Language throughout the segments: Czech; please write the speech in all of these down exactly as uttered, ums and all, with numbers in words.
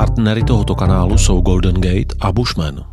Partnery tohoto kanálu jsou Golden Gate a Bushman.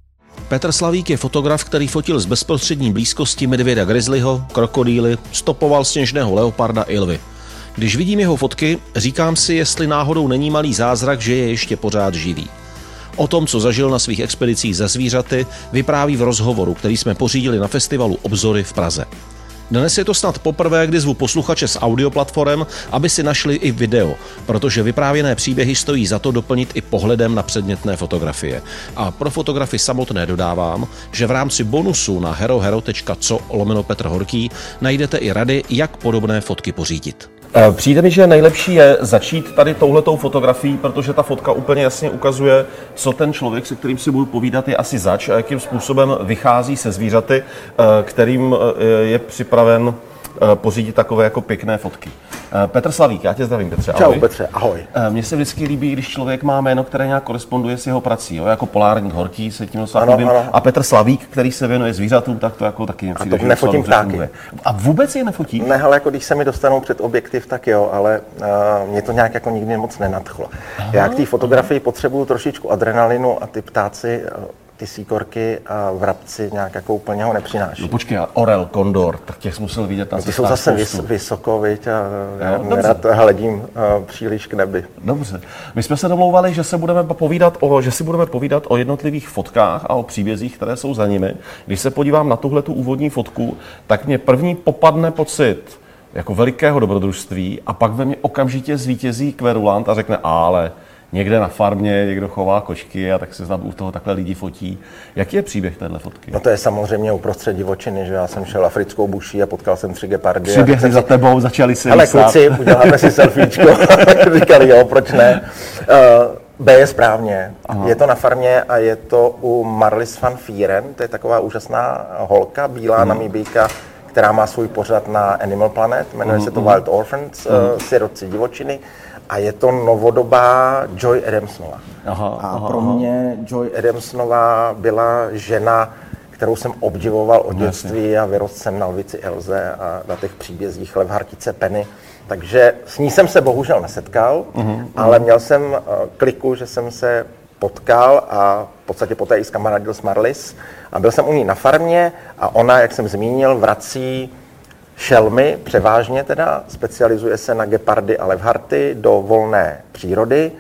Petr Slavík je fotograf, který fotil z bezprostřední blízkosti medvěda grizzlyho, krokodýly, stopoval sněžného leoparda i lvy. Když vidím jeho fotky, říkám si, jestli náhodou není malý zázrak, že je ještě pořád živý. O tom, co zažil na svých expedicích za zvířaty, vypráví v rozhovoru, který jsme pořídili na festivalu Obzory v Praze. Dnes je to snad poprvé, kdy zvu posluchače z audioplatform, aby si našli i video, protože vyprávěné příběhy stojí za to doplnit i pohledem na předmětné fotografie. A pro fotografy samotné dodávám, že v rámci bonusu na herohero tečka co lomeno Petr Horký najdete i rady, jak podobné fotky pořídit. Přijde mi, že nejlepší je začít tady touhletou fotografií, protože ta fotka úplně jasně ukazuje, co ten člověk, se kterým si budu povídat, je asi zač a jakým způsobem vychází se zvířaty, kterým je připraven pořídit takové jako pěkné fotky. Petr Slavík, já tě zdravím, Petře. Čau, Petře, ahoj. Mně se vždycky líbí, když člověk má jméno, které nějak koresponduje s jeho prací, jo? Jako Polárník Horký se tím oslavím, a Petr Slavík, který se věnuje zvířatům, tak to jako taky přijde. A to nefotím ptáky. A vůbec je nefotí? Ne, ale jako když se mi dostanou před objektiv, tak jo, ale uh, mě to nějak jako nikdy moc nenadchlo. Aha, já k té fotografii potřebuju trošičku adrenalinu a ty ptáci, ty síkorky a vrabci nějak jako úplně ho nepřináší. No počkej, orel, kondor, tak těch jsi musel vidět na no, ty jsou zase vys, vysoko, viď, a já no, nerad hledím uh, příliš k nebi. Dobře. My jsme se domlouvali, že se budeme povídat o, že si budeme povídat o jednotlivých fotkách a o příbězích, které jsou za nimi. Když se podívám na tuhle tu úvodní fotku, tak mě první popadne pocit jako velikého dobrodružství a pak ve mně okamžitě zvítězí kverulant a řekne, ale někde na farmě někdo chová kočky a tak se tam u toho takhle lidi fotí. Jaký je příběh téhle fotky? No to je samozřejmě uprostřed divočiny, že já jsem šel africkou buší a potkal jsem tři gepardy. Přiběhli za tebou, začali si ale kluci, uděláme si selfiečko. Říkali, jo, proč ne? Uh, B je správně. Aha. Je to na farmě a je to u Marlis van Vieren. To je taková úžasná holka, bílá hmm. namibijka, která má svůj pořad na Animal Planet. Jmenuje hmm. se to Wild Orphans, hmm. uh, sirotci divočiny. A je to novodobá Joy Adamsová. Aha, a aha, pro mě Joy Adamsová byla žena, kterou jsem obdivoval od dětství a vyrostl jsem na lvici Elze a na těch příbězích Levhartice Penny. Takže s ní jsem se bohužel nesetkal, uh-huh, ale měl jsem uh, kliku, že jsem se potkal a v podstatě poté i zkamarádil s Marlis. A byl jsem u ní na farmě a ona, jak jsem zmínil, vrací šelmy, převážně teda, specializuje se na gepardy a levharty do volné přírody,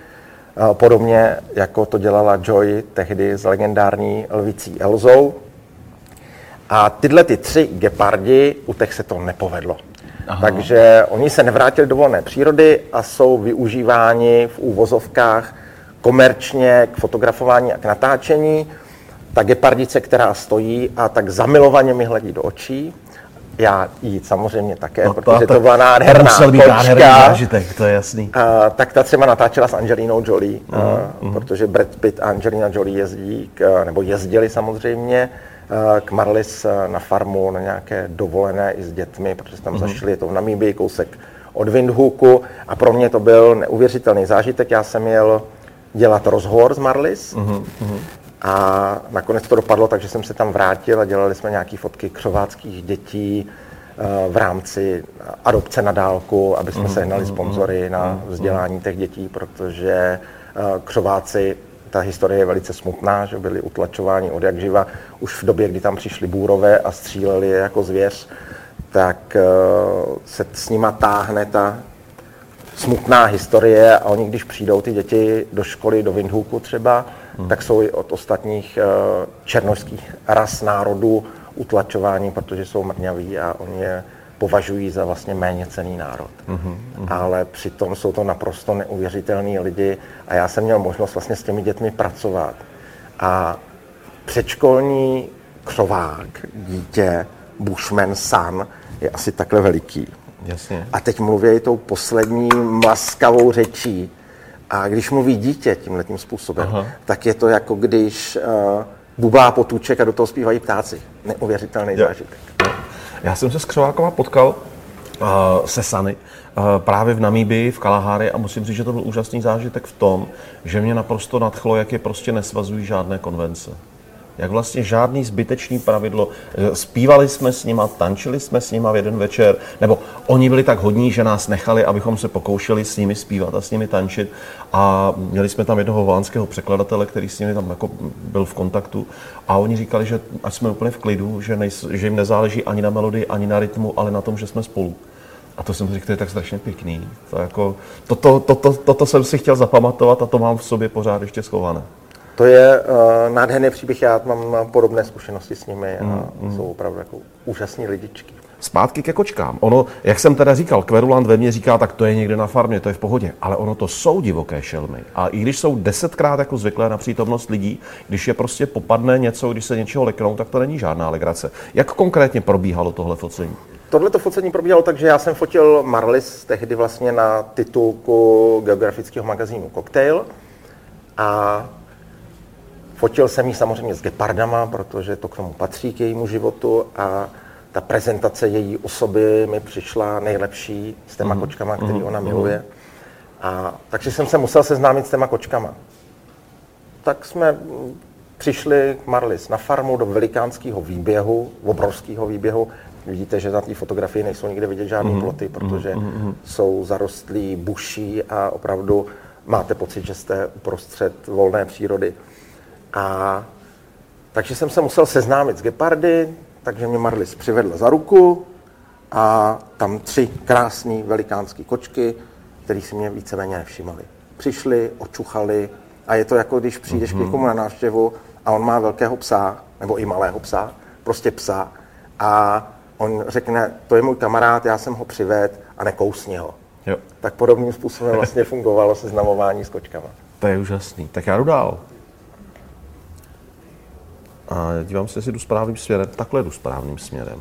podobně jako to dělala Joy tehdy s legendární lvicí Elzou. A tyhle ty tři gepardi, u těch se to nepovedlo. Aha. Takže oni se nevrátili do volné přírody a jsou využíváni v úvozovkách komerčně k fotografování a k natáčení. Ta gepardice, která stojí a tak zamilovaně mi hledí do očí, já jít samozřejmě také, no to, protože to, to byla nádherná to být nádherný zážitek, to je jasný. A, tak ta třeba natáčela s Angelinou Jolie, uh-huh, a, uh-huh. protože Brad Pitt a Angelina Jolie jezdí, k, nebo jezdili samozřejmě k Marlis na farmu na nějaké dovolené i s dětmi, protože tam uh-huh. zašli, je to v Namibii, kousek od Windhoeku a pro mě to byl neuvěřitelný zážitek. Já jsem jel dělat rozhovor s Marlis, uh-huh, uh-huh. a nakonec to dopadlo, takže jsem se tam vrátil a dělali jsme nějaké fotky křováckých dětí v rámci adopce na dálku, aby jsme sehnali sponzory na vzdělání těch dětí, protože křováci, ta historie je velice smutná, že byli utlačováni od jak živa. Už v době, kdy tam přišli Bůrové a stříleli je jako zvěř, tak se s nima táhne ta smutná historie a oni, když přijdou ty děti do školy, do Windhoeku třeba, Hmm. tak jsou i od ostatních uh, černošských ras národů utlačování, protože jsou mrňaví a oni je považují za vlastně méněcenný národ. Hmm. Hmm. Ale přitom jsou to naprosto neuvěřitelní lidi a já jsem měl možnost vlastně s těmi dětmi pracovat. A předškolní křovák, dítě, Bushman San je asi takhle veliký. Jasně. A teď mluví tou poslední mlaskavou řečí. A když mluví dítě tímhletím způsobem, aha. tak je to jako když uh, bublá potůček a do toho zpívají ptáci. Neuvěřitelný Je. zážitek. Já jsem se s křovákama potkal uh, se Sany uh, právě v Namibii, v Kalahari a musím říct, že to byl úžasný zážitek v tom, že mě naprosto nadchlo, jak je prostě nesvazují žádné konvence. jak vlastně žádný zbytečný pravidlo. Zpívali jsme s nima, tančili jsme s nima v jeden večer, nebo oni byli tak hodní, že nás nechali, abychom se pokoušeli s nimi zpívat a s nimi tančit. A měli jsme tam jednoho holandského překladatele, který s nimi tam jako byl v kontaktu. A oni říkali, že ať jsme úplně v klidu, že, nejs, že jim nezáleží ani na melodii, ani na rytmu, ale na tom, že jsme spolu. A to jsem si říkal, to je tak strašně pěkný. To jako, toto, toto, toto jsem si chtěl zapamatovat a to mám v sobě pořád ještě schované. To je uh, nádherný příběh, já mám podobné zkušenosti s nimi a mm, mm. jsou opravdu jako úžasní lidičky. Zpátky ke kočkám. Ono, jak jsem teda říkal, kverulant ve mně říká, tak to je někde na farmě, to je v pohodě, ale ono to jsou divoké šelmy. A i když jsou desetkrát jako zvyklé na přítomnost lidí, když je prostě popadne něco, když se něčeho leknou, tak to není žádná legrace. Jak konkrétně probíhalo tohle focení? Tohle to focení probíhalo tak, že já jsem fotil Marlis tehdy vlastně na titulku geografického magazínu Cocktail a fotil jsem ji samozřejmě s gepardama, protože to k tomu patří, k jejímu životu a ta prezentace její osoby mi přišla nejlepší s těma mm. kočkama, který mm. ona miluje. A takže jsem se musel seznámit s těma kočkama. Tak jsme přišli k Marlis na farmu do velikánského výběhu, obrovského výběhu. Vidíte, že na té fotografii nejsou nikde vidět žádné mm. ploty, protože mm. jsou zarostlí buší a opravdu máte pocit, že jste uprostřed volné přírody. A takže jsem se musel seznámit s gepardy, takže mě Marlis přivedla za ruku a tam tři krásné velikánské kočky, které si mě víceméně nevšimali. Přišli, očuchali a je to jako když přijdeš mm-hmm. k někomu na návštěvu a on má velkého psa, nebo i malého psa, prostě psa a on řekne, to je můj kamarád, já jsem ho přivedl a nekousni ho. Jo. Tak podobným způsobem vlastně fungovalo seznamování s kočkama. To je úžasný. Tak já jdu dál. A dívám se, jestli jdu správným směrem. Takhle jdu správným směrem.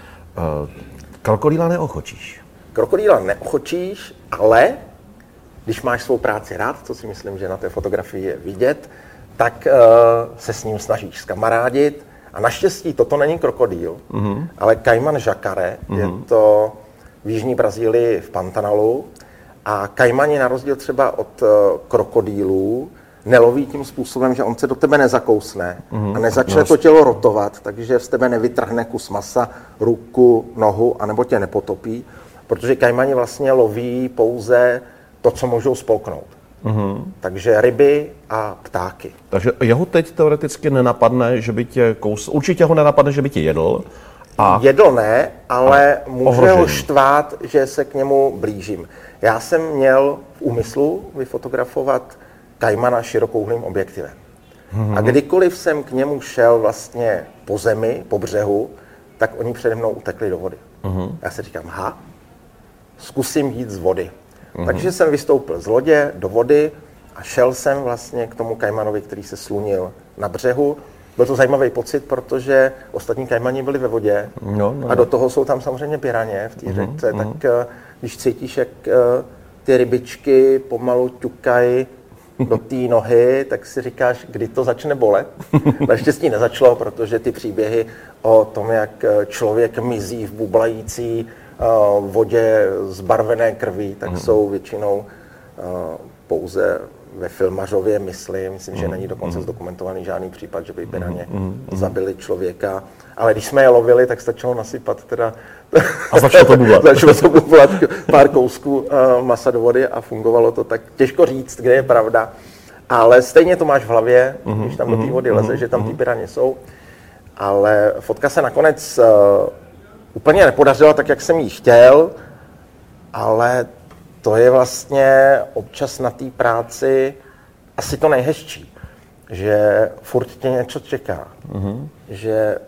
Uh, krokodýla neochočíš? Krokodýla neochočíš, ale když máš svou práci rád, co si myslím, že na té fotografii je vidět, tak uh, se s ním snažíš zkamarádit. A naštěstí toto není krokodýl, uh-huh. ale kajman jacare. Uh-huh. Je to v jižní Brazílii v Pantanalu. A kajmani na rozdíl třeba od uh, krokodýlů neloví tím způsobem, že on se do tebe nezakousne mm-hmm. a nezačne to tělo rotovat, takže z tebe nevytrhne kus masa, ruku, nohu, anebo tě nepotopí, protože kajmani vlastně loví pouze to, co můžou spolknout. Mm-hmm. Takže ryby a ptáky. Takže jeho teď teoreticky nenapadne, že by tě kous... Určitě ho nenapadne, že by tě jedl. A... Jedl ne, ale a může ho štvát, že se k němu blížím. Já jsem měl v úmyslu vyfotografovat kajmana širokouhlým objektivem. Mm-hmm. A kdykoliv jsem k němu šel vlastně po zemi, po břehu, tak oni přede mnou utekli do vody. Mm-hmm. Já si říkám, ha, zkusím jít z vody. Mm-hmm. Takže jsem vystoupil z lodě do vody a šel jsem vlastně k tomu kajmanovi, který se slunil na břehu. Byl to zajímavý pocit, protože ostatní kajmani byli ve vodě no, no, a do toho jsou tam samozřejmě piraně v té mm-hmm. řece, mm-hmm. tak když cítíš, jak ty rybičky pomalu ťukají do té nohy, tak si říkáš, kdy to začne bolet. Naštěstí nezačalo, protože ty příběhy o tom, jak člověk mizí v bublající uh, vodě zbarvené krví, tak mm. jsou většinou uh, pouze ve filmařově mysli. Myslím, mm. že není dokonce mm. zdokumentovaný žádný případ, že by piraně mm. zabili člověka. Ale když jsme je lovili, tak stačilo nasypat teda... A začalo to bublat. Začalo to bublat pár kousků uh, masa do vody a fungovalo to tak. Těžko říct, kde je pravda, ale stejně to máš v hlavě, mm-hmm, když tam do té vody leze, mm-hmm, že tam ty piraně jsou. Ale fotka se nakonec uh, úplně nepodařila tak, jak jsem ji chtěl, ale to je vlastně občas na té práci asi to nejhezčí, že furt tě něco čeká, mm-hmm. že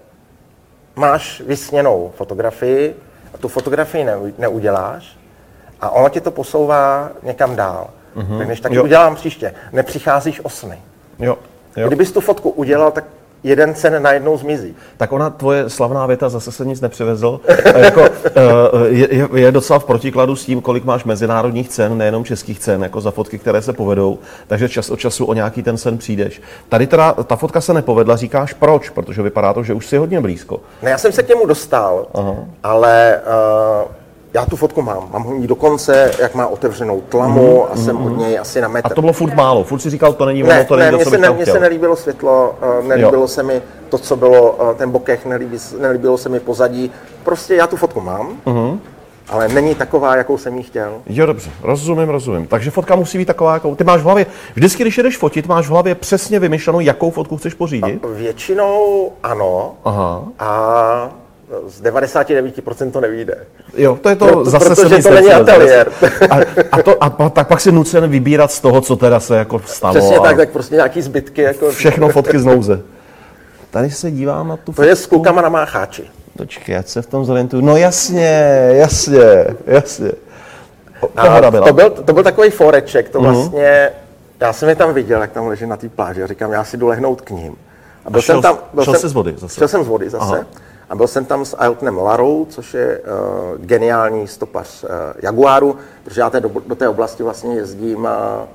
máš vysněnou fotografii a tu fotografii ne, neuděláš a ono ti to posouvá někam dál. Mm-hmm. Tak než taky jo. udělám příště, nepřicházíš o sny. Jo. Jo. Kdybys tu fotku udělal, tak jeden sen najednou zmizí. Tak ona, tvoje slavná věta, zase se nic nepřivezl, jako, je, je docela v protikladu s tím, kolik máš mezinárodních cen, nejenom českých cen, jako za fotky, které se povedou, takže čas od času o nějaký ten sen přijdeš. Tady teda ta fotka se nepovedla, říkáš proč? Protože vypadá to, že už jsi hodně blízko. No já jsem se k němu dostal, Aha. ale uh, Já tu fotku mám, mám ho dokonce, jak má otevřenou tlamu mm, a jsem mm, od něj asi na metr. A to bylo furt málo, furt si říkal, to není ono, ne, to není ne, to, co bych ne, tam mně chtěl. se nelíbilo světlo, nelíbilo jo. se mi to, co bylo, ten bokeh, nelíbí, nelíbilo se mi pozadí. Prostě já tu fotku mám, mm. ale není taková, jakou jsem jí chtěl. Jo, dobře, rozumím, rozumím. Takže fotka musí být taková, jakou ty máš v hlavě. Vždycky, když jdeš fotit, máš v hlavě přesně vymyšlenou, jakou fotku chceš pořídit? A většinou ano. Aha. A z devadesát devět procent to nevyjde. Jo, to je to Proto, zase protože to není ateliér. A, a, to, a tak pak si nucen vybírat z toho, co teda se jako stalo. Přesně tak, tak prostě nějaký zbytky. Jako... Všechno fotky z nouze. Tady se dívám na tu to fotku. je s klukama na mácháči. Počkej, ať se v tom zorientuju. No jasně, jasně, jasně. A to, byl, to byl takový foreček, to vlastně, uh-huh. já jsem je tam viděl, jak tam leží na té pláži a říkám, já si jdu lehnout k ním. A byl a šel, jsem tam, byl šel jsem, jsi z vody zase? Šel jsem z vody zase. Aha. A byl jsem tam s Ailtonem Larou, což je uh, geniální stopař uh, Jaguaru, protože já té, do, do té oblasti vlastně jezdím uh,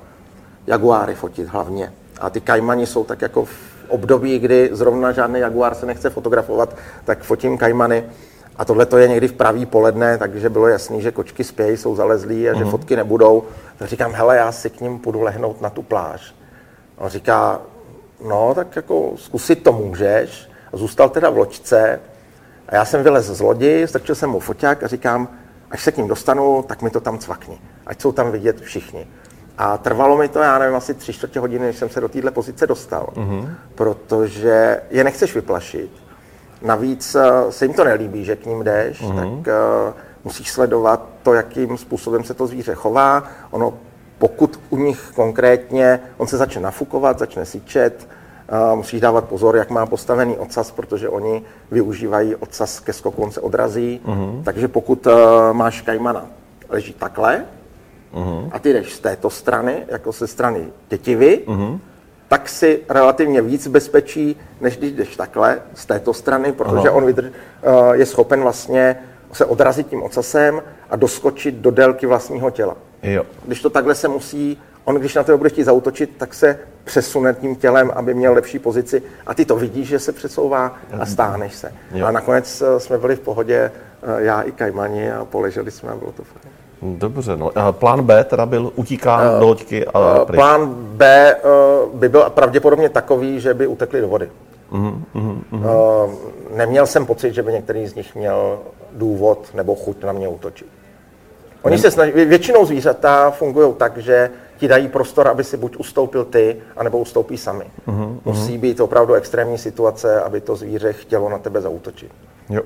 Jaguáry fotit hlavně. A ty Kaimani jsou tak jako v období, kdy zrovna žádný Jaguar se nechce fotografovat, tak fotím Kaimany. A tohle to je někdy v pravý poledne, takže bylo jasný, že kočky spějí, jsou zalezlí a že uh-huh. fotky nebudou. Tak říkám, hele, já si k ním půjdu lehnout na tu pláž. A on říká, no, tak jako zkusit to můžeš. A zůstal teda v loďce. A já jsem vylezl z lodi, strčil jsem mu foťák a říkám, až se k ním dostanu, tak mi to tam cvakni. Ať jsou tam vidět všichni. A trvalo mi to, já nevím, asi tři čtvrtě hodiny, než jsem se do téhle pozice dostal. Uh-huh. Protože je nechceš vyplašit. Navíc se jim to nelíbí, že k ním jdeš, uh-huh. tak uh, musíš sledovat to, jakým způsobem se to zvíře chová. Ono, pokud u nich konkrétně, on se začne nafukovat, začne syčet, uh, musíš dávat pozor, jak má postavený ocas, protože oni využívají ocas ke skoku, on se odrazí. Uh-huh. Takže pokud uh, máš Kaimana, leží takhle, uh-huh. a ty jdeš z této strany, jako ze strany tětivy, uh-huh. tak si relativně víc bezpečí, než když jdeš takhle z této strany, protože Aha. on vydrž, uh, je schopen vlastně se odrazit tím ocasem a doskočit do délky vlastního těla. Jo. Když to takhle se musí, on když na tebe bude chtít zaútočit, tak se přesune tím tělem, aby měl lepší pozici a ty to vidíš, že se přesouvá a stáneš se. Jo. A nakonec uh, jsme byli v pohodě, uh, já i Kaimani a poleželi jsme a bylo to fajn. Dobře, no. Plán B teda byl utíká uh, do loďky a uh, Plán B uh, by byl pravděpodobně takový, že by utekli do vody. Uh-huh, uh-huh. Uh, neměl jsem pocit, že by některý z nich měl důvod nebo chuť na mě útočit. Oni se snaží, většinou zvířata fungují tak, že ti dají prostor, aby si buď ustoupil ty, anebo ustoupí sami. Uh-huh, Musí uh-huh. být opravdu extrémní situace, aby to zvíře chtělo na tebe zaútočit. Jo.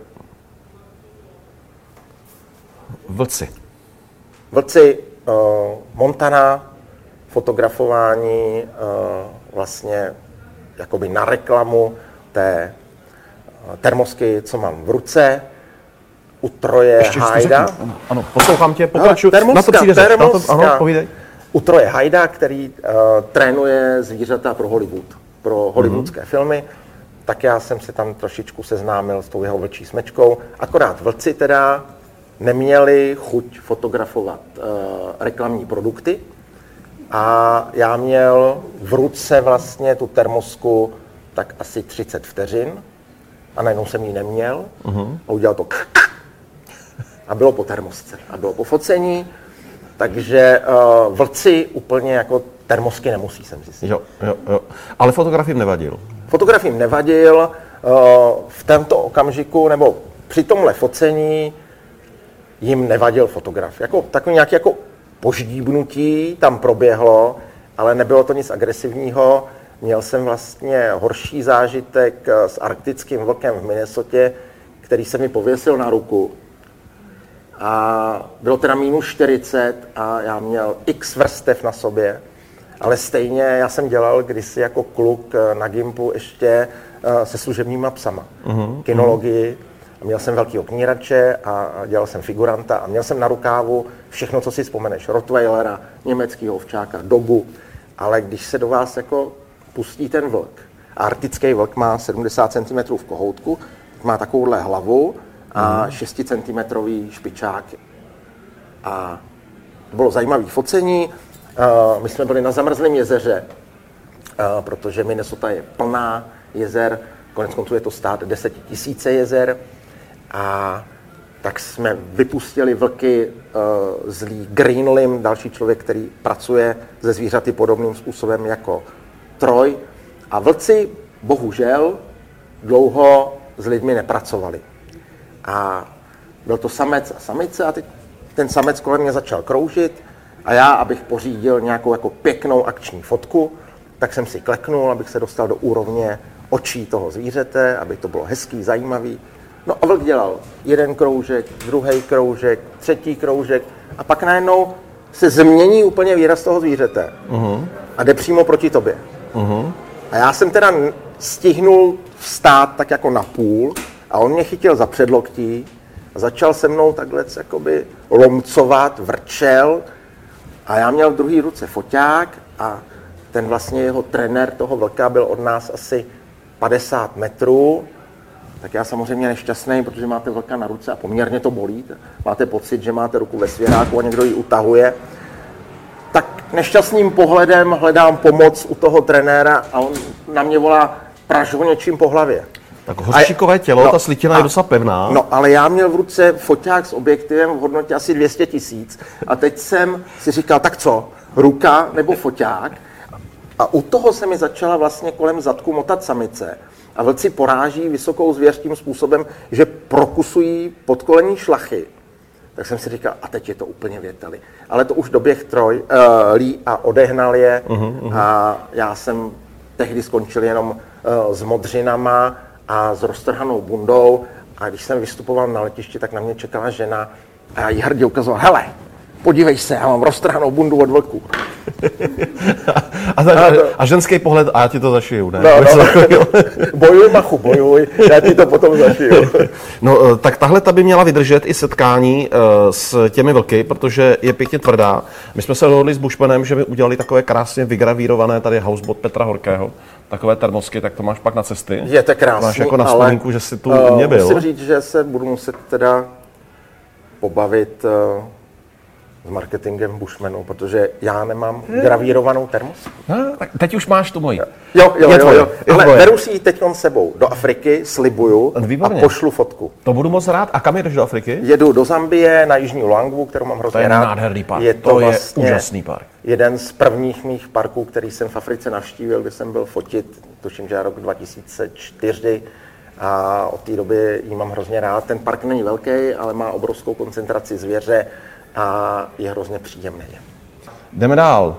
Vlci. Vlci, uh, Montana, fotografování uh, vlastně jakoby na reklamu té uh, termosky, co mám v ruce, u Troje Ještě Hajda. Ano, ano, poslouchám tě, pokračuj. Termoska, na to přijde řeč. termoska, na to, ano, povídej. U Troje Hajda, který uh, trénuje zvířata pro Hollywood, pro hollywoodské mm-hmm. filmy, tak já jsem se tam trošičku seznámil s tou jeho vlčí smečkou. Akorát vlci teda neměli chuť fotografovat uh, reklamní produkty a já měl v ruce vlastně tu termosku tak asi třicet vteřin a najednou jsem ji neměl uh-huh. a udělal to a bylo po termosce a bylo po focení, takže uh, vlci úplně jako termosky nemusí, jsem zjistil. Jo, jo, jo. Ale fotografím nevadil? Fotografím nevadil, uh, v tomto okamžiku nebo při tomhle focení jim nevadil fotograf. Jako, takový nějaké jako poždíbnutí tam proběhlo, ale nebylo to nic agresivního. Měl jsem vlastně horší zážitek s arktickým vlkem v Minnesotě, který se mi pověsil na ruku. A bylo teda minus čtyřicet a já měl x vrstev na sobě, ale stejně já jsem dělal kdysi jako kluk na Gimpu ještě se služebníma psama, uh-huh, kinologii. A měl jsem velký oknírače a dělal jsem figuranta a měl jsem na rukávu všechno, co si vzpomeneš. Rottweilera, německýho ovčáka, dogu. Ale když se do vás jako pustí ten vlk, a arktický vlk má sedmdesát centimetrů v kohoutku, má takovouhle hlavu a mm. šest centimetrů špičáky. A to bylo zajímavé focení. My jsme byli na zamrzlém jezeře, protože Minnesota je plná jezer, konec konců je to stát deset tisíc jezer. A tak jsme vypustili vlky uh, zlý Green Limb, další člověk, který pracuje se zvířaty podobným způsobem jako Troj. A vlci bohužel dlouho s lidmi nepracovali. A byl to samec a samice a teď ten samec kolem mě začal kroužit a já, abych pořídil nějakou jako pěknou akční fotku, tak jsem si kleknul, abych se dostal do úrovně očí toho zvířete, aby to bylo hezký, zajímavý. No a vlk dělal jeden kroužek, druhý kroužek, třetí kroužek a pak najednou se změní úplně výraz toho zvířete uh-huh. a jde přímo proti tobě. Uh-huh. A já jsem teda stihnul vstát tak jako na půl a on mě chytil za předloktí a začal se mnou takhle jakoby lomcovat, vrčel a já měl v druhé ruce foťák a ten vlastně jeho trenér toho vlka byl od nás asi padesát metrů, tak já samozřejmě nešťastný, protože máte vlka na ruce a poměrně to bolí, máte pocit, že máte ruku ve svěráku a někdo ji utahuje. Tak nešťastným pohledem hledám pomoc u toho trenéra a on na mě volá: praž ho něčím po hlavě. Tak hořčíkové tělo, no, ta slitina je docela pevná. No, ale já měl v ruce foťák s objektivem v hodnotě asi dvě stě tisíc a teď jsem si říkal, tak co, ruka nebo foťák? A u toho se mi začala vlastně kolem zadku motat samice. A vlci poráží vysokou zvěř tím způsobem, že prokusují podkolení šlachy. Tak jsem si říkal, a teď je to úplně věteli. Ale to už doběh Troj, uh, Lee a odehnal je. Uh-huh, uh-huh. A já jsem tehdy skončil jenom uh, s modřinama a s roztrhanou bundou. A když jsem vystupoval na letišti, tak na mě čekala žena a já jí hrdě ukazoval, hele, podívej se, já mám roztrhanou bundu od vlku. a, a, a ženský pohled, a já ti to zašiju, ne? No, no. Bojuj, machu, bojuj, já ti to potom zašiju. No, tak tahle ta by měla vydržet i setkání uh, s těmi vlky, protože je pěkně tvrdá. My jsme se dohodli s Bushmanem, že by udělali takové krásně vygravírované tady houseboat Petra Horkého, takové termosky, tak to máš pak na cesty. Je to krásný, máš jako na vzpomínku, že jsi tu uh, u mě byl. Musím říct, že se budu muset teda pobavit uh, s marketingem Bushmanu, protože já nemám gravírovanou termosku. No, tak teď už máš tu moji. Jo, jo, jo, jo, jo. Ale tvoje. Beru si ji teď sebou do Afriky, slibuju, Výborně. A pošlu fotku. To budu moc rád. A kam jedeš do Afriky? Jedu do Zambie, na Jižní Luangu, kterou mám hrozně rád. To je nádherný park. Je to, to vlastně je úžasný park. Jeden z prvních mých parků, který jsem v Africe navštívil, kde jsem byl fotit, tuším, že rok dva tisíce čtyři. A od té doby ji mám hrozně rád. Ten park není velký, ale má obrovskou koncentraci zvěře a je hrozně příjemný. Jdeme dál.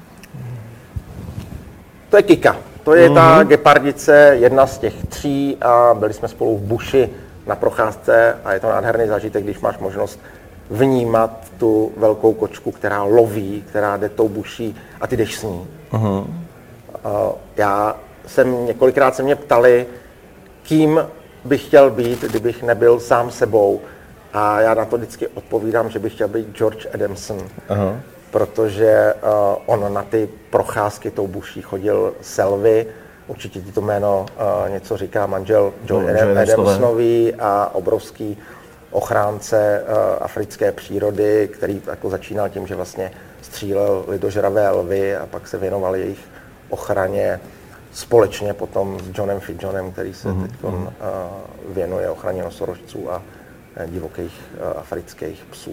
To je Kika. To je mm-hmm. ta gepardice, jedna z těch tří a byli jsme spolu v buši na procházce a je to nádherný zážitek, když máš možnost vnímat tu velkou kočku, která loví, která jde tou buší a ty jdeš s ní. Mm-hmm. Já jsem, několikrát se mě ptali, kým bych chtěl být, kdybych nebyl sám sebou. A já na to vždycky odpovídám, že bych chtěl být George Adamson, uh-huh. protože uh, on na ty procházky tou buší chodil selvy. Určitě ti to jméno uh, něco říká, manžel John no, Adam, Adamsonový a obrovský ochránce uh, africké přírody, který jako začínal tím, že vlastně střílel lidožravé lvy a pak se věnoval jejich ochraně společně potom s Johnem Fidjonem, který se uh-huh. teď uh, věnuje ochraně nosorožců a divokých uh, afrických psů.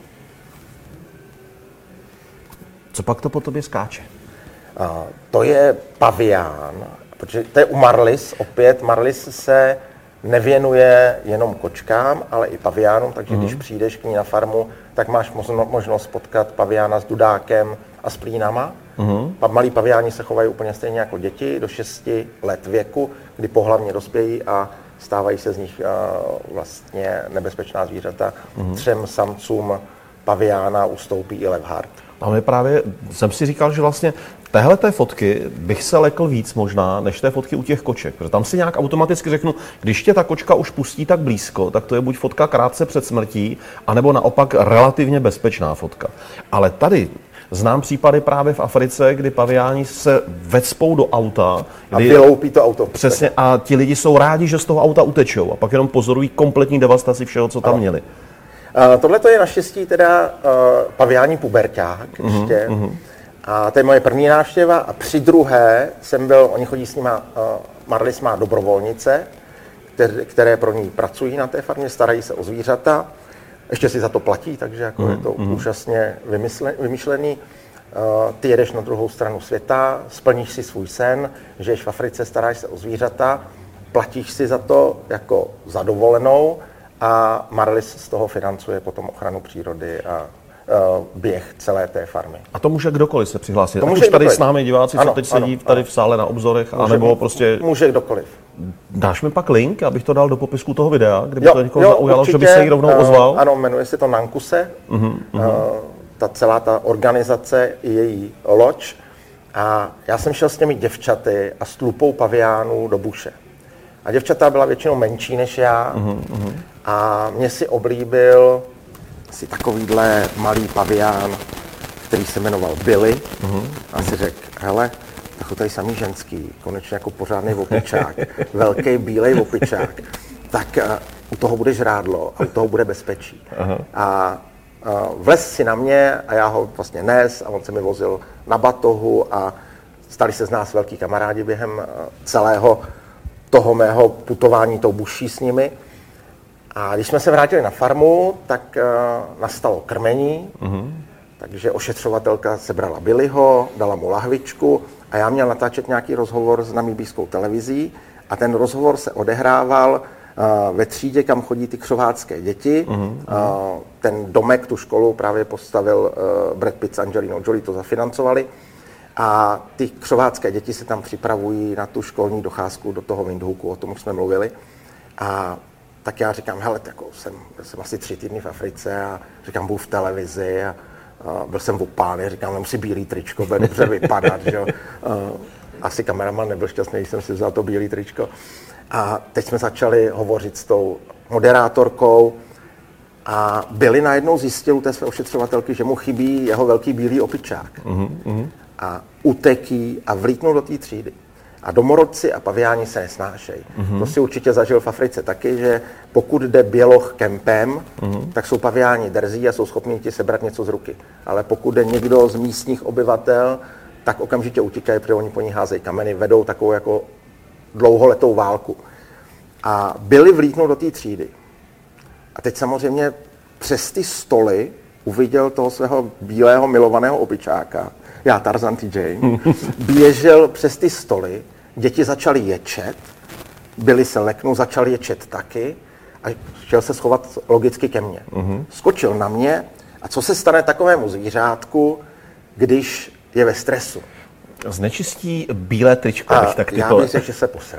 Co pak to po tobě skáče? Uh, to je pavián, protože to je u Marlis, opět Marlis se nevěnuje jenom kočkám, ale i paviánům, takže mm-hmm. když přijdeš k ní na farmu, tak máš možno, možnost potkat paviána s dudákem a s plínama. Mm-hmm. Malí paviáni se chovají úplně stejně jako děti do šesti let věku, kdy pohlavně dospějí a stávají se z nich uh, vlastně nebezpečná zvířata. Mm-hmm. Třem samcům paviána ustoupí i levhart. A my právě, jsem si říkal, že vlastně téhle té fotky bych se lekl víc možná, než té fotky u těch koček. Protože tam si nějak automaticky řeknu, když tě ta kočka už pustí tak blízko, tak to je buď fotka krátce před smrtí, anebo naopak relativně bezpečná fotka. Ale tady znám případy právě v Africe, kdy paviáni se vecpou do auta. A vyloupí to auto. Přesně, a ti lidi jsou rádi, že z toho auta utečou a pak jenom pozorují kompletní devastaci všeho, co tam ano. měli. Uh, Tohle to je naštěstí teda uh, paviání puberťák ještě. Uh-huh. A to je moje první návštěva a při druhé jsem byl, oni chodí s nima, uh, Marlis má dobrovolnice které, které pro ní pracují na té farmě, starají se o zvířata, ještě si za to platí, takže jako mm, je to mm. úžasně vymysle, vymyšlený. Uh, ty jedeš na druhou stranu světa, splníš si svůj sen, žiješ v Africe, staráš se o zvířata, platíš si za to jako za dovolenou a Marlis z toho financuje potom ochranu přírody a uh, běh celé té farmy. A to může kdokoliv se přihlásit? To může může už tady kdokoliv. S námi diváci, ano, co teď sedí ano, tady ano. v sále na obzorech, Může, anebo prostě... Může kdokoliv. Dáš mi pak link, abych to dal do popisku toho videa, kdyby Jo, to někoho jo, zaujalo, určitě, že by se jí rovnou ozval? Uh, ano, jmenuje se to Nankuse. Uh-huh, uh-huh. Uh, ta celá ta organizace i její loď. A já jsem šel s těmi děvčaty a s tlupou paviánů do buše. A děvčata byla většinou menší než já. Uh-huh. A mě si oblíbil si takovýhle malý pavián, který se jmenoval Billy. Uh-huh. A si řekl, hele, tak tady samý ženský, konečně jako pořádný opičák, velký bílej opičák, tak uh, u toho bude žrádlo a u toho bude bezpečí. Uh-huh. A uh, vlez si na mě a já ho vlastně nes a on se mi vozil na batohu a stali se z nás velký kamarádi během uh, celého toho mého putování tou buší s nimi. A když jsme se vrátili na farmu, tak uh, nastalo krmení, uh-huh. takže ošetřovatelka sebrala Billyho, dala mu lahvičku a já měl natáčet nějaký rozhovor s namibijskou televizí a ten rozhovor se odehrával uh, ve třídě, kam chodí ty křovácké děti. Uh-huh. Uh, ten domek, tu školu právě postavil uh, Brad Pitt s Angelinou Jolie, to zafinancovali. A ty křovácké děti se tam připravují na tu školní docházku do toho Windhoeku, o tom už jsme mluvili. A tak já říkám, hele, jako jsem, jsem asi tři týdny v Africe a říkám, budu v televizi a, a byl jsem v upány, říkám, nemusí bílý tričko, bude dobře vypadat, že jo. Asi kameraman nebyl šťastný, když jsem si vzal to bílý tričko. A teď jsme začali hovořit s tou moderátorkou a Billy najednou zjistil u té své ošetřovatelky, že mu chybí jeho velký bílý opičák. Mm-hmm. A uteký a vlítnul do té třídy. A domorodci a paviáni se nesnášejí. Mm-hmm. To si určitě zažil v Africe taky, že pokud jde běloch kempem, mm-hmm. tak jsou paviáni drzí a jsou schopni ti sebrat něco z ruky. Ale pokud jde někdo z místních obyvatel, tak okamžitě utíkají, protože oni po ní házejí kameny, vedou takovou jako dlouholetou válku. A Billy vlítnul do té třídy. A teď samozřejmě přes ty stoly uviděl toho svého bílého milovaného opičáka, já Tarzan T J, běžel přes ty stoly, děti začaly ječet, Billy se leknul, začal ječet taky a chtěl se schovat logicky ke mně. Uh-huh. Skočil na mě a co se stane takovému zvířátku, když je ve stresu? Znečistí bílé tričko, a bych tak já tyto... bych řekl, že se posral.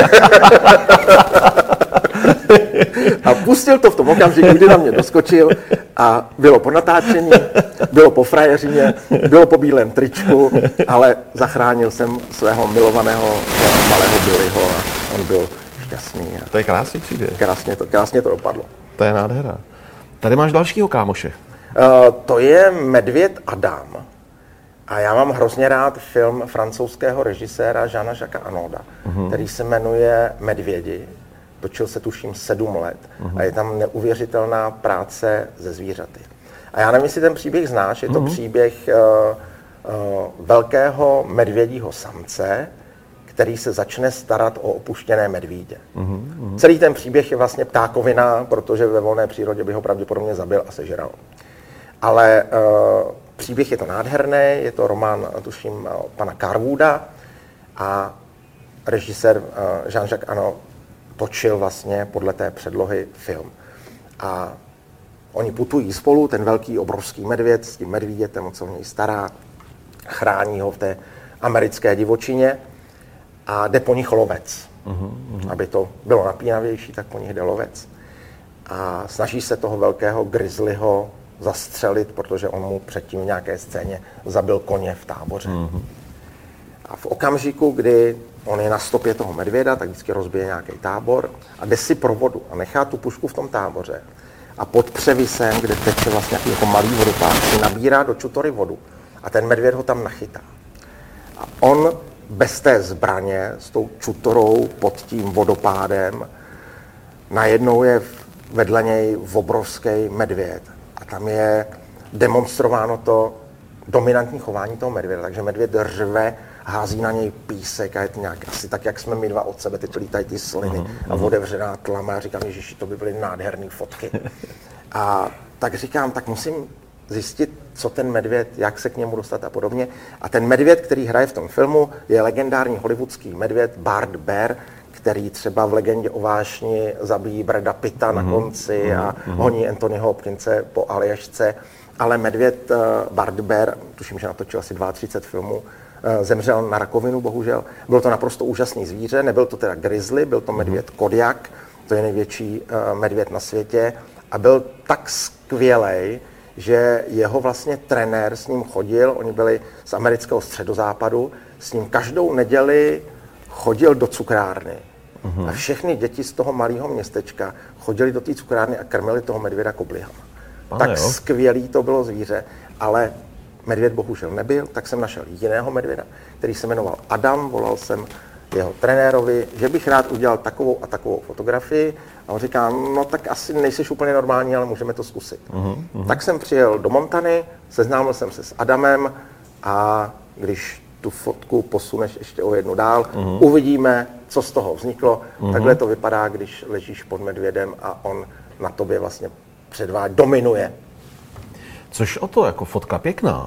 A pustil to v tom okamžiku, kdy na mě doskočil a bylo po natáčení, bylo po frajeřině, bylo po bílém tričku, ale zachránil jsem svého milovaného malého Billyho a on byl šťastný. To je krásný příběh. Krásně to, krásně to dopadlo. To je nádhera. Tady máš dalšího kámoše. Uh, to je medvěd Adam. A já mám hrozně rád film francouzského režiséra Jeana-Jacquesa Anauda, uh-huh. který se jmenuje Medvědi. Točil se tuším sedm let uh-huh. a je tam neuvěřitelná práce se zvířaty. A já nevím, jestli ten příběh znáš, je to uh-huh. příběh uh, uh, velkého medvědího samce, který se začne starat o opuštěné medvídě. Uh-huh. Celý ten příběh je vlastně ptákovina, protože ve volné přírodě by ho pravděpodobně zabil a sežral. Ale uh, příběh je to nádherný, je to román, tuším, uh, pana Carwooda a režisér uh, Jean-Jacques Annaud točil vlastně podle té předlohy film. A oni putují spolu, ten velký obrovský medvěd s tím medvídětem, on se o něj stará, chrání ho v té americké divočině a jde po nich lovec. Uh-huh. Aby to bylo napínavější, tak po nich jde lovec. A snaží se toho velkého grizzlyho zastřelit, protože on mu předtím v nějaké scéně zabil koně v táboře. Uh-huh. A v okamžiku, kdy on je na stopě toho medvěda, tak vždycky rozbije nějaký tábor a jde si pro vodu a nechá tu pušku v tom táboře. A pod převisem, kde teče vlastně nějaký jako malý vodopád, si nabírá do čutory vodu a ten medvěd ho tam nachytá. A on bez té zbraně, s tou čutorou pod tím vodopádem, najednou je vedle něj obrovský medvěd. A tam je demonstrováno to dominantní chování toho medvěda, takže medvěd řve hází na něj písek a je to nějak asi tak, jak jsme my dva od sebe, teď lítají ty sliny uh-huh. a otevřená tlama a říkám, ježiši, to by byly nádherné fotky. A tak říkám, tak musím zjistit, co ten medvěd, jak se k němu dostat a podobně. A ten medvěd, který hraje v tom filmu, je legendární hollywoodský medvěd Bart Bear, který třeba v Legendě o vášni zabíjí Brada Pitta mm-hmm. na konci mm-hmm. a honí Anthonyho Hopkinse po Aljašce. Ale medvěd uh, Bart Bear, tuším, že natočil asi třicet dva filmů, uh, zemřel na rakovinu, bohužel. Byl to naprosto úžasný zvíře, nebyl to teda grizzly, byl to medvěd Kodiak, to je největší uh, medvěd na světě. A byl tak skvělej, že jeho vlastně trenér s ním chodil, oni byli z amerického středozápadu, s ním každou neděli chodil do cukrárny. Uhum. A všechny děti z toho malého městečka chodili do té cukrárny a krmili toho medvěda koblihama. Pane, tak jo. Skvělý to bylo zvíře, ale medvěd bohužel nebyl, tak jsem našel jiného medvěda, který se jmenoval Adam, volal jsem jeho trenérovi, že bych rád udělal takovou a takovou fotografii. A on říká, no tak asi nejseš úplně normální, ale můžeme to zkusit. Uhum, uhum. Tak jsem přijel do Montany, seznámil jsem se s Adamem a když tu fotku posuneš ještě o jednu dál, uhum. uvidíme, co z toho vzniklo. Uhum. Takhle to vypadá, když ležíš pod medvědem a on na tobě vlastně předvádí, dominuje. Což o to, jako fotka pěkná.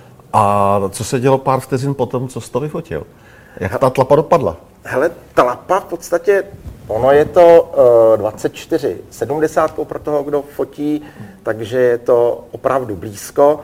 A co se dělo pár vteřin potom, co jsi to vyfotil? Jak ta tlapa dopadla? Hele, tlapa v podstatě, ono je to uh, dvacet čtyři sedmdesát pro toho, kdo fotí, takže je to opravdu blízko.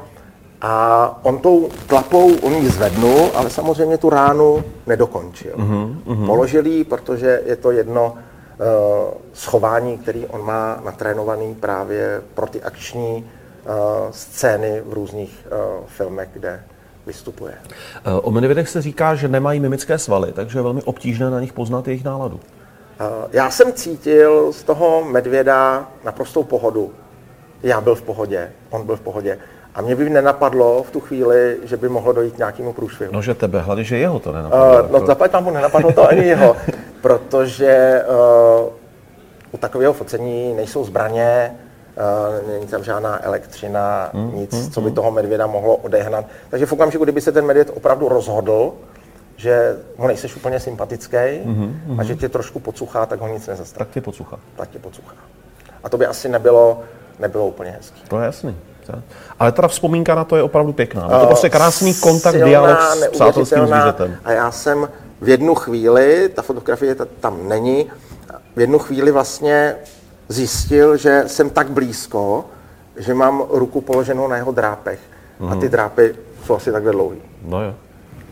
A on tou tlapou, on ji zvednul, ale samozřejmě tu ránu nedokončil. Uh-huh, uh-huh. Položil ji, protože je to jedno uh, schování, který on má natrénovaný právě pro ty akční uh, scény v různých uh, filmech, kde vystupuje. O medvědech se říká, že nemají mimické svaly, takže je velmi obtížné na nich poznat jejich náladu. Já jsem cítil z toho medvěda naprostou pohodu. Já byl v pohodě, on byl v pohodě. A mě by nenapadlo v tu chvíli, že by mohlo dojít k nějakému průšvihu. No, že tebe, hlavně, že jeho to nenapadlo. Uh, no, zaplať pánbůh, nenapadlo to ani jeho, protože uh, u takového focení nejsou zbraně, Uh, není tam žádná elektřina, mm, nic, mm, co by toho medvěda mohlo odehnat. Takže v okamžiku, kdyby se ten medvěd opravdu rozhodl, že mu nejseš úplně sympatický mm, mm, a že tě trošku pocuchá, tak ho nic nezastaví. Tak tě pocuchá. Tak tě pocuchá. A to by asi nebylo, nebylo úplně hezký. To je jasný. Ale teda vzpomínka na to je opravdu pěkná. Je to prostě krásný kontakt, silná, dialog s přátelským zvířetem. A já jsem v jednu chvíli, ta fotografie tam není, v jednu chvíli vlastně zjistil, že jsem tak blízko, že mám ruku položenou na jeho drápech. Mm. A ty drápy jsou asi takhle dlouhý. No jo.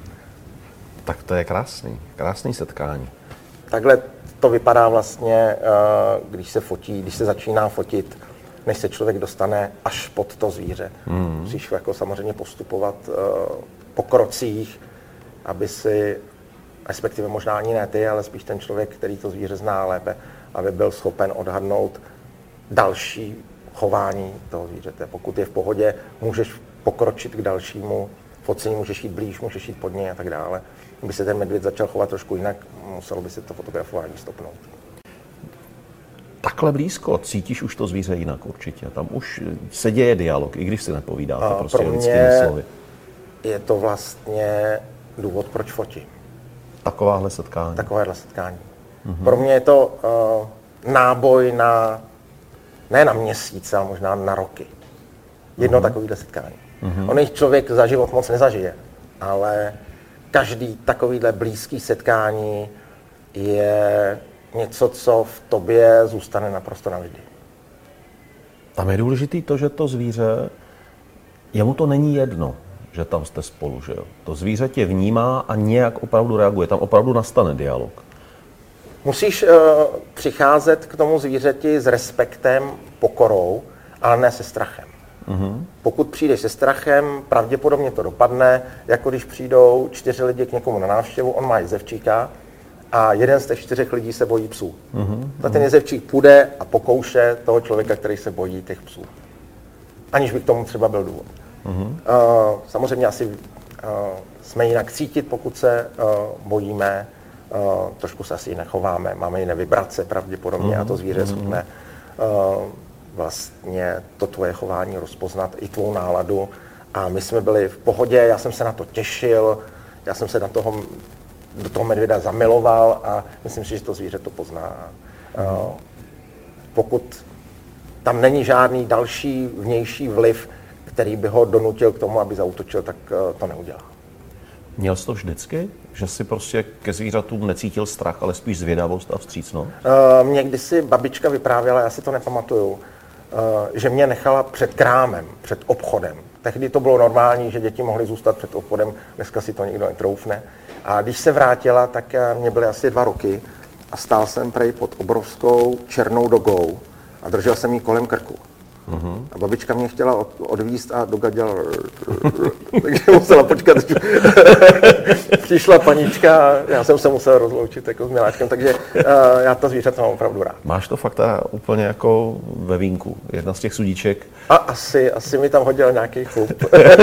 Tak to je krásný, krásný setkání. Takhle to vypadá vlastně, když se fotí, když se začíná fotit, než se člověk dostane až pod to zvíře. Mm. Musíš jako samozřejmě postupovat po krocích, aby si, respektive možná ani ne ty, ale spíš ten člověk, který to zvíře zná lépe, aby byl schopen odhadnout další chování toho zvířete. Pokud je v pohodě, můžeš pokročit k dalšímu focení, můžeš jít blíž, můžeš jít pod něj a tak dále. Kdyby se ten medvěd začal chovat trošku jinak, muselo by se to fotografování stopnout. Takhle blízko cítíš už to zvíře jinak určitě. Tam už se děje dialog, i když si nepovídáte a prostě lidskými slovy. Je to vlastně důvod, proč fotí. Takováhle setkání. Takováhle setkání. Mm-hmm. Pro mě je to uh, náboj na, ne na měsíce, ale možná na roky. Jedno mm-hmm. takovýhle setkání. Mm-hmm. On jich člověk za život moc nezažije, ale každý takovýhle blízký setkání je něco, co v tobě zůstane naprosto navždy. Tam je důležitý to, že to zvíře, jemu to není jedno, že tam jste spolu, že jo. To zvíře tě vnímá a nějak opravdu reaguje, tam opravdu nastane dialog. Musíš uh, přicházet k tomu zvířeti s respektem, pokorou, ale ne se strachem. Mm-hmm. Pokud přijdeš se strachem, pravděpodobně to dopadne, jako když přijdou čtyři lidi k někomu na návštěvu, on má jezevčíka a jeden z těch čtyřech lidí se bojí psů. Mm-hmm. Tak ten jezevčík půjde a pokouše toho člověka, který se bojí těch psů. Aniž by k tomu třeba byl důvod. Mm-hmm. Uh, samozřejmě asi uh, jsme jinak cítit, pokud se uh, bojíme. Uh, trošku se asi nechováme, máme jiné vibrace pravděpodobně mm-hmm. a to zvíře je schopné uh, vlastně to tvoje chování rozpoznat, i tvou náladu. A my jsme byli v pohodě, já jsem se na to těšil, já jsem se na toho, do toho medvěda zamiloval a myslím si, že to zvíře to pozná. Uh, pokud tam není žádný další vnější vliv, který by ho donutil k tomu, aby zaútočil, tak uh, to neudělá. Měl jsi to vždycky? Že jsi prostě ke zvířatům necítil strach, ale spíš zvědavost a vstřícnost? Uh, mě kdysi babička vyprávěla, já si to nepamatuju, uh, že mě nechala před krámem, před obchodem. Tehdy to bylo normální, že děti mohly zůstat před obchodem, dneska si to nikdo netroufne. A když se vrátila, tak mě byly asi dva roky a stál jsem prej pod obrovskou černou dogou a držel jsem ji kolem krku. Uh-huh. A babička mě chtěla od, odvízt a doga dělala... takže musela počkat. Přišla panička a já jsem se musel rozloučit jako s miláčkem, takže uh, já ta zvířata mám opravdu rád. Máš to fakt úplně jako ve vínku, jedna z těch sudíček. A asi, asi mi tam hodil nějaký chlup.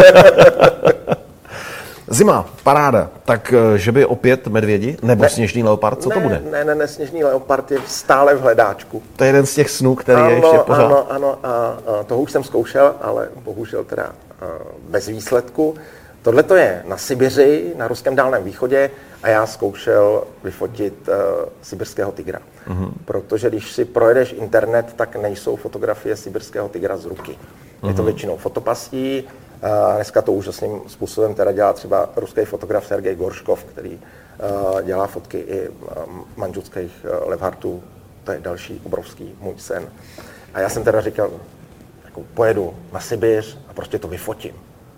Zima, paráda. Tak, že by opět medvědi nebo ne, sněžný leopard, co ne, to bude? Ne, ne, ne, sněžný leopard je stále v hledáčku. To je jeden z těch snů, který ano, je ještě pořád. Ano, ano, a, a toho už jsem zkoušel, ale bohužel teda a, bez výsledku. Tohle to je na Sibiři, na ruském Dálném východě a já zkoušel vyfotit uh, sibirského tygra. Uh-huh. Protože když si projedeš internet, tak nejsou fotografie sibirského tygra z ruky. Uh-huh. Je to většinou fotopastí. Uh, dneska to úžasným způsobem teda dělá třeba ruský fotograf Sergej Gorškov, který uh, dělá fotky i uh, manžutských uh, levhartů. To je další obrovský můj sen. A já jsem teda říkal, jako pojedu na Sibiř a prostě to vyfotím.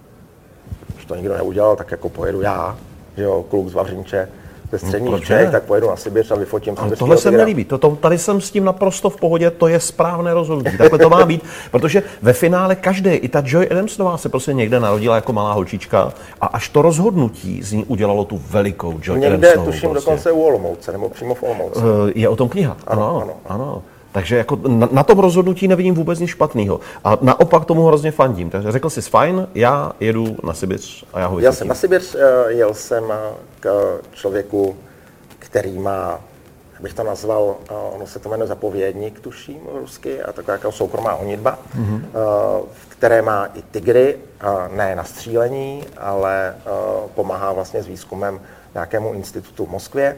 Když to nikdo neudělal, tak jako pojedu já, že jo, kluk z Vavřinče, ze středních no, Čech, tak pojedu na Sibiř a vyfotím. Ale tohle se mi nelíbí. To, to, tady jsem s tím naprosto v pohodě, to je správné rozhodnutí. Takhle to má být, protože ve finále každý, i ta Joy Adamsonová se prostě někde narodila jako malá holčička a až to rozhodnutí z ní udělalo tu velikou Joy někde, Adamsonovou. Někde tuším prostě. Dokonce u Olomouce, nebo přímo v Olomouci. Je o tom kniha, ano, ano. ano. ano. Takže jako na, na tom rozhodnutí nevidím vůbec nic špatného. A naopak tomu hrozně fandím. Takže řekl jsi, fajn, já jedu na Sibiř a já ho vyfotím. Já jsem na Sibiř, jel jsem k člověku, který má, jak bych to nazval, ono se to jmenuje zapovědník, tuším, rusky, a taková jako soukromá honitba, mm-hmm. které má i tygry, ne na střílení, ale pomáhá vlastně s výzkumem nějakému institutu v Moskvě.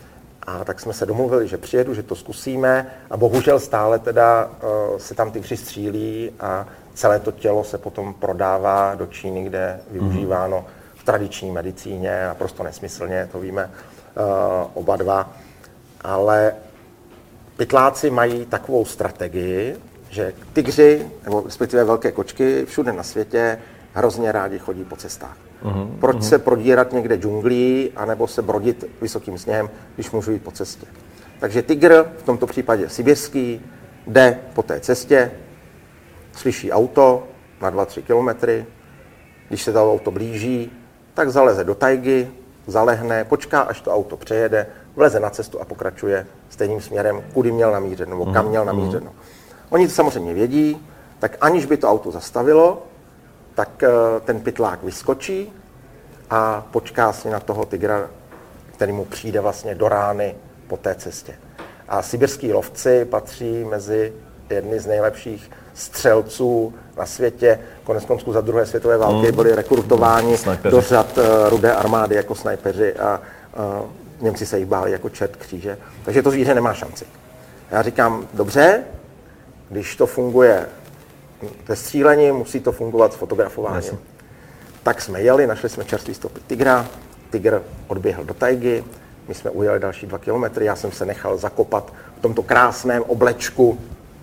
A tak jsme se domluvili, že přijedu, že to zkusíme a bohužel stále teda uh, se tam tygři střílí a celé to tělo se potom prodává do Číny, kde je využíváno v tradiční medicíně, naprosto nesmyslně, to víme uh, oba dva. Ale pytláci mají takovou strategii, že tygři, nebo respektive velké kočky všude na světě hrozně rádi chodí po cestách. Uhum, Proč uhum. se prodírat někde džunglí, anebo se brodit vysokým sněhem, když můžu jít po cestě. Takže tygr, v tomto případě sibirský, jde po té cestě, slyší auto na dva tři kilometry, když se to auto blíží, tak zaleze do tajgy, zalehne, počká, až to auto přejede, vleze na cestu a pokračuje stejným směrem, kudy měl namířeno, nebo kam měl namířeno. Oni to samozřejmě vědí, tak aniž by to auto zastavilo, tak ten pytlák vyskočí a počká si na toho tygra, který mu přijde vlastně do rány po té cestě. A sibirský lovci patří mezi jedny z nejlepších střelců na světě. Koneckonců za druhé světové války mm. byli rekrutováni mm. do řad Rudé armády jako snajpeři a uh, Němci se jich báli jako čert kříže. Takže to zvíře nemá šanci. Já říkám, dobře, když to funguje ve střílení, musí to fungovat s fotografováním. Jasně. Tak jsme jeli, našli jsme čerstvý stopy tygra, tygr odběhl do tajgy, my jsme ujeli další dva kilometry, já jsem se nechal zakopat v tomto krásném oblečku.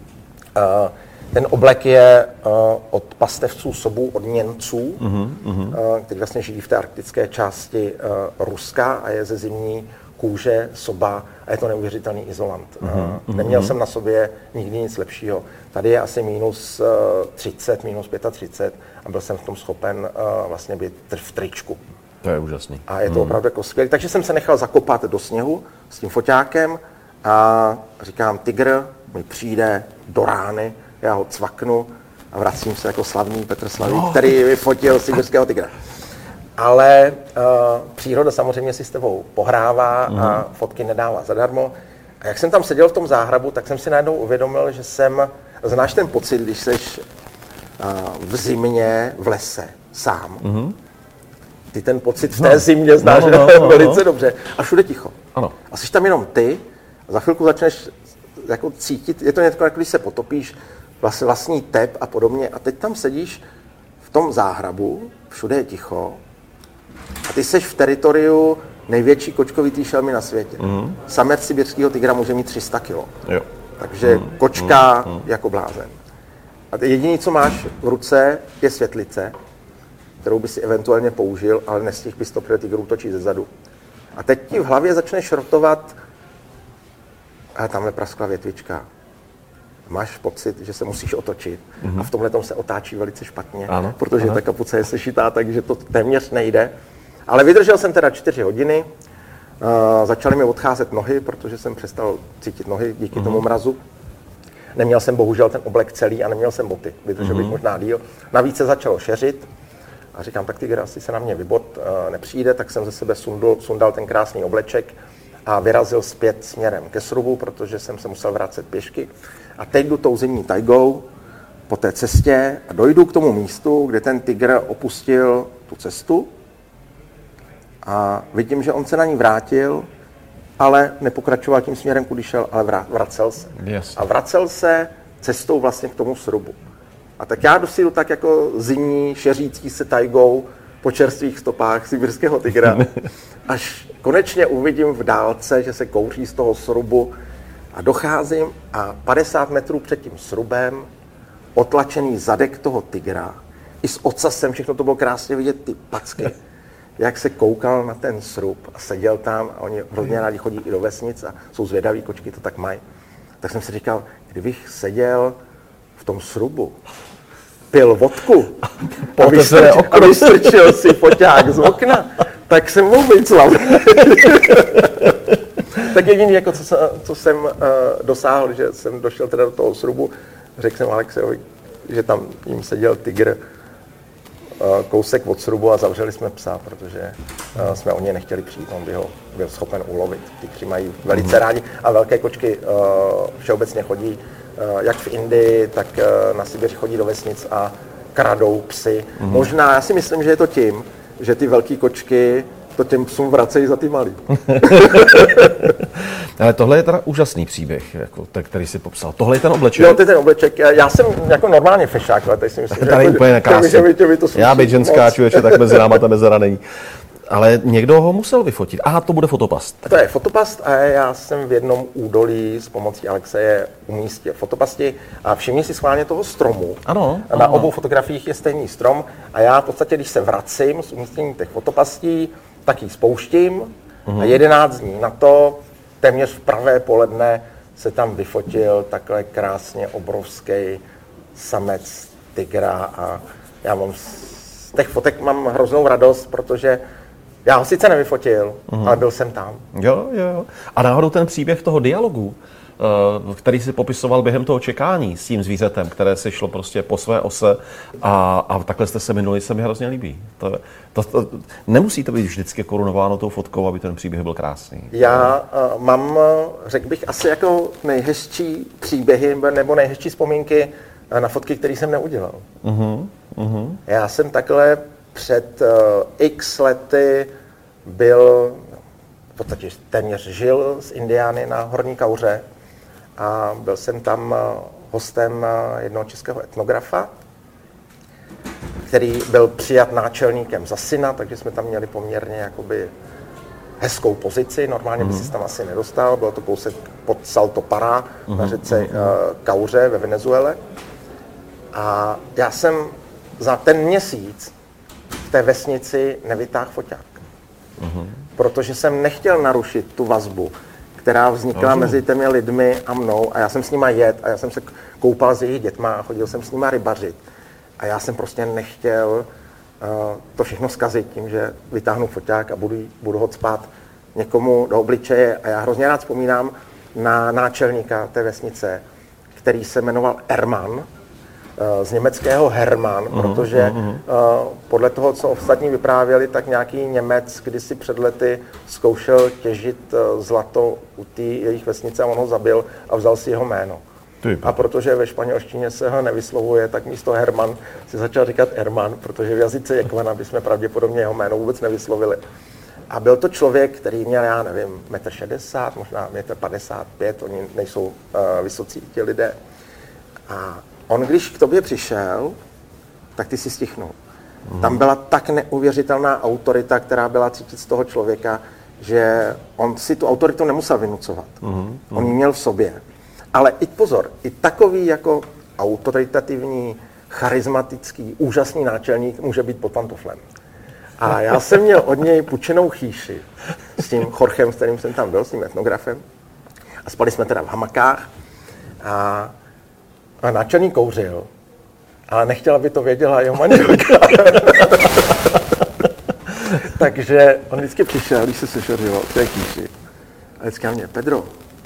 Ten oblek je od pastevců sobů, od Němců, mm-hmm. kteří vlastně žijí v té arktické části Ruska a je ze zimní kůže, soba a je to neuvěřitelný izolant. Mm-hmm. Neměl jsem na sobě nikdy nic lepšího. Tady je asi minus třicet, minus třicet pět a byl jsem v tom schopen vlastně být v tričku. To je úžasný. A je to mm. opravdu jako skvělé. Takže jsem se nechal zakopat do sněhu s tím foťákem a říkám, tygr mi přijde do rány, já ho cvaknu a vracím se jako slavný Petr Slavík, no. který vyfotil sibirského tygra. Ale uh, příroda samozřejmě si s tebou pohrává mm. a fotky nedává zadarmo. A jak jsem tam seděl v tom záhrabu, tak jsem si najednou uvědomil, že jsem, znáš ten pocit, když jsi uh, v zimě v lese sám, mm. ty ten pocit v té zimě znáš no, no, no, no, velice no. dobře. A všude ticho. Ano. A jsi tam jenom ty a za chvilku začneš jako cítit, je to něco jako když se potopíš, vlastně vlastní tep a podobně. A teď tam sedíš v tom záhrabu, všude je ticho a ty seš v teritoriu největší kočkovitý šelmy na světě. Mm. Samec sibirského tygra může mít tři sta kilo. Jo. Takže mm. kočka mm. jako blázen. A jediné, co máš v ruce, je světlice, kterou by si eventuálně použil, ale nestihl bys to, protože tygr útočí zezadu. A teď ti v hlavě začneš rotovat, a tamhle praskla větvička. Máš pocit, že se musíš otočit. Mm-hmm. A v tomhle tom se otáčí velice špatně, ano, protože ano. ta kapuce je sešitá, takže to téměř nejde. Ale vydržel jsem teda čtyři hodiny. Uh, začaly mi odcházet nohy, protože jsem přestal cítit nohy díky mm-hmm. tomu mrazu. Neměl jsem bohužel ten oblek celý a neměl jsem boty. Vydržel mm-hmm. bych možná díl. Navíc se začalo šeřit. A říkám, tak tygr asi se na mě vybot uh, nepřijde, tak jsem ze sebe sundal, sundal ten krásný obleček a vyrazil zpět směrem ke srubu, protože jsem se musel vracet pěšky. A teď jdu tou zimní tajgou po té cestě a dojdu k tomu místu, kde ten tygr opustil tu cestu a vidím, že on se na ní vrátil, ale nepokračoval tím směrem, kudy šel, ale vracel se. Yes. A vracel se cestou vlastně k tomu srubu. A tak já dosídu tak jako zimní, šeřící se tajgou po čerstvých stopách sibirského tygra, až konečně uvidím v dálce, že se kouří z toho srubu a docházím a padesát metrů před tím srubem otlačený zadek toho tygra i s ocasem, všechno to bylo krásně vidět, ty packy, jak se koukal na ten srub a seděl tam a oni hrozně rádi chodí i do vesnic a jsou zvědaví, kočky to tak mají. Tak jsem si říkal, kdybych seděl v tom srubu, pil vodku a vystrčil, a vystrčil si foťák z okna, tak jsem mohl být slav. Tak jediný, jako co, co jsem uh, dosáhl, že jsem došel teda do toho srubu, řekl jsem Alexejovi, že tam jim seděl tygr uh, kousek od srubu a zavřeli jsme psa, protože uh, jsme o něj nechtěli přijít, on by ho byl schopen ulovit. Tygři mají velice rádi a velké kočky uh, všeobecně chodí, uh, jak v Indii, tak uh, na Sibiři chodí do vesnic a kradou psy. Mm. Možná, já si myslím, že je to tím, že ty velké kočky to těm psům vracejí za ty malý. Ale tohle je teda úžasný příběh, jako ten, který jsi popsal. Tohle je ten obleček? Jo, to je ten obleček. Já jsem jako normálně fešák, ale teď si myslím, že... Tady jako, úplně nekrásný. Já být ženská, člověče, tak mezi náma ta mezera není. Ale někdo ho musel vyfotit. Aha, to bude fotopast. To je fotopast a já jsem v jednom údolí s pomocí Alexeje umístil fotopasti a všimni si schválně toho stromu. Ano, Na ano. obou fotografiích je stejný strom a já v podstatě, když se vracím z umístění těch fotopastí, tak ji spouštím uh-huh. a jedenáct dní na to, téměř v pravé poledne, se tam vyfotil takhle krásně obrovský samec tygra a já mám z těch fotek mám hroznou radost, protože já ho sice nevyfotil, uh-huh. ale byl jsem tam. Jo, jo. A náhodou ten příběh toho dialogu, který si popisoval během toho čekání s tím zvířetem, které se šlo prostě po své ose a, a takhle jste se minuli, se mi hrozně líbí. To, to, to, nemusí to být vždycky korunováno tou fotkou, aby ten příběh byl krásný. Já uh, mám, řekl bych, asi jako nejhezčí příběhy nebo nejhezčí vzpomínky na fotky, které jsem neudělal. Uh-huh, uh-huh. Já jsem takhle před uh, x lety byl, v podstatě téměř žil s Indiány na Horní Kauře a byl jsem tam uh, hostem uh, jednoho českého etnografa, který byl přijat náčelníkem za syna, takže jsme tam měli poměrně jakoby hezkou pozici, normálně by si tam asi nedostal, bylo to kousek pod Salto Pará uh-huh, na řece uh, Kauře ve Venezuele. A já jsem za ten měsíc v té vesnici nevytáhl foťák. Uh-huh. Protože jsem nechtěl narušit tu vazbu, která vznikla uh-huh. mezi těmi lidmi a mnou. A já jsem s nima jet a já jsem se koupal s jejich dětma a chodil jsem s nima rybařit. A já jsem prostě nechtěl uh, to všechno zkazit tím, že vytáhnu foťák a budu, budu ho cpát někomu do obličeje. A já hrozně rád vzpomínám na náčelníka té vesnice, který se jmenoval Erman, z německého Hermann, uh-huh, protože uh-huh. Uh, podle toho, co ostatní vyprávěli, tak nějaký Němec kdysi před lety zkoušel těžit uh, zlato u té jejich vesnice a on ho zabil a vzal si jeho jméno. A protože ve španělštině se ho nevyslovuje, tak místo Herman si začal říkat Herman, protože v jazyce Jekvana bychom pravděpodobně jeho jméno vůbec nevyslovili. A byl to člověk, který měl, já nevím, metr šedesát, možná metr padesát pět, oni nejsou uh, vysocí ti lidé. A on, když k tobě přišel, tak ty si stichnul. Mm. Tam byla tak neuvěřitelná autorita, která byla cítit z toho člověka, že on si tu autoritu nemusel vynucovat. Mm. On ji měl v sobě. Ale i pozor, i takový jako autoritativní, charismatický, úžasný náčelník může být pod pantoflem. A já jsem měl od něj půjčenou chýši s tím Jorgem, s kterým jsem tam byl, s tím etnografem. A spali jsme teda v hamakách. A, a náčelník kouřil, ale nechtěl, aby to věděla jeho manželka. Takže on vždycky přišel, když se sešořilo v té chýši. A vždycky mě, Pedro,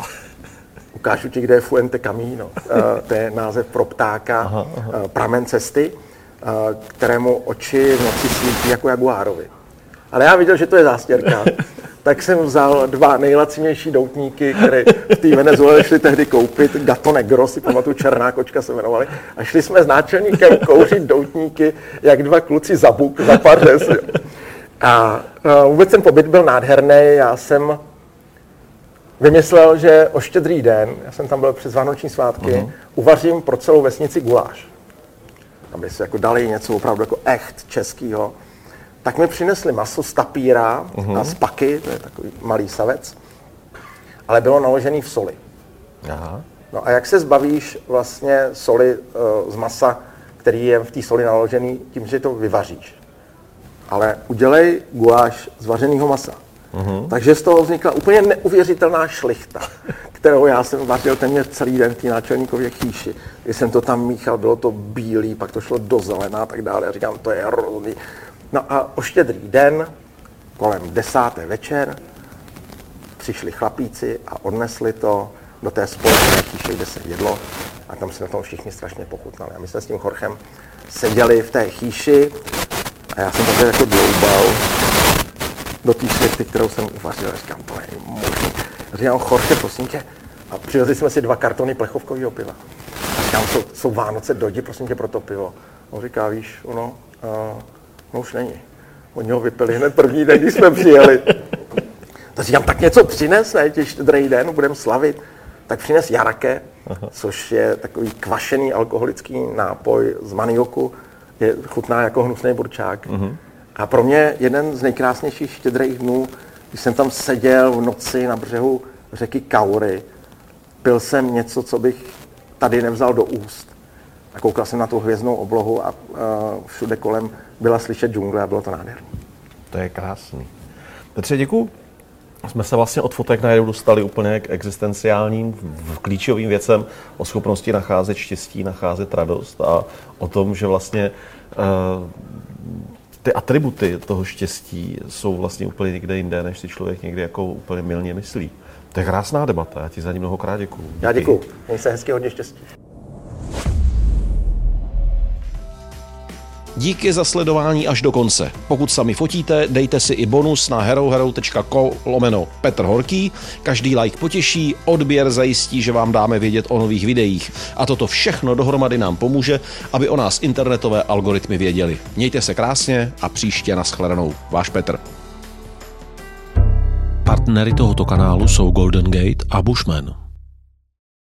ukážu ti, kde je Fuente Camino. To je název pro ptáka, aha, aha. pramen cesty, kterému oči v noci svítí jako jaguárovi. Ale já viděl, že to je zástěrka, tak jsem vzal dva nejlacinější doutníky, které v té Venezuele šli tehdy koupit, Gato Negro, si pamatuju, černá kočka se jmenovali, a šli jsme s náčelníkem kouřit doutníky, jak dva kluci za buk, za pařez. A, a vůbec ten pobyt byl nádherný, já jsem vymyslel, že o Štědrý den, já jsem tam byl přes vánoční svátky, uh-huh. uvařím pro celou vesnici guláš. Aby si jako dali něco opravdu jako echt českýho. Tak mi přinesli maso z tapíra uh-huh. a z paky, to je takový malý savec, ale bylo naložený v soli. Aha. No a jak se zbavíš vlastně soli uh, z masa, který je v té soli naložený, tím, že to vyvaříš. Ale udělej guláš z vařeného masa. Uhum. Takže z toho vznikla úplně neuvěřitelná šlichta, kterou já jsem vařil téměř celý den v té náčelníkově chýši. Když jsem to tam míchal, bylo to bílý, pak to šlo do zelená a tak dále. Já říkám, to je hrozný. No a o Štědrý den, kolem desáté večer, přišli chlapíci a odnesli to do té společné chýše, kde se jedlo. A tam si na tom všichni strašně pochutnali. A my jsme s tím Jorgem seděli v té chýši a já jsem takhle jako dloubal do té šlechty, kterou jsem uvařil. A říkám, to je možný. Říkám, Jorge, prosím tě. A přivezli jsme si dva kartony plechovkového piva. A říkám, jsou, jsou Vánoce, dojdi, prosím tě, pro to pivo. On říká, víš, ono, uh, no už není. Oni ho vypili hned první den, když jsme přijeli. Tak říkám, tak něco přines, ne, těž Štědrý den, budeme slavit. Tak přines jarake, aha, což je takový kvašený alkoholický nápoj z manioku. Je chutná jako hnusný burčák. Uh-huh. A pro mě jeden z nejkrásnějších štědrých dnů, když jsem tam seděl v noci na břehu řeky Kaury, pil jsem něco, co bych tady nevzal do úst. A koukal jsem na tu hvězdnou oblohu a uh, všude kolem byla slyšet džungle a bylo to nádherné. To je krásný. Petře, děkuju. Jsme se vlastně od fotek najednou dostali úplně k existenciálním, klíčovým věcem o schopnosti nacházet štěstí, nacházet radost a o tom, že vlastně uh, ty atributy toho štěstí jsou vlastně úplně někde jinde, než si člověk někdy jako úplně mylně myslí. To je krásná debata, já ti za ní mnohokrát děkuju. Já děkuju, měj se hezky, hodně štěstí. Díky za sledování až do konce. Pokud sami fotíte, dejte si i bonus na herohero tečka co lomeno Petr Horký. Každý like potěší, odběr zajistí, že vám dáme vědět o nových videích. A toto všechno dohromady nám pomůže, aby o nás internetové algoritmy věděli. Mějte se krásně a příště nashledanou. Váš Petr. Partnery tohoto kanálu jsou Golden Gate a Bushman.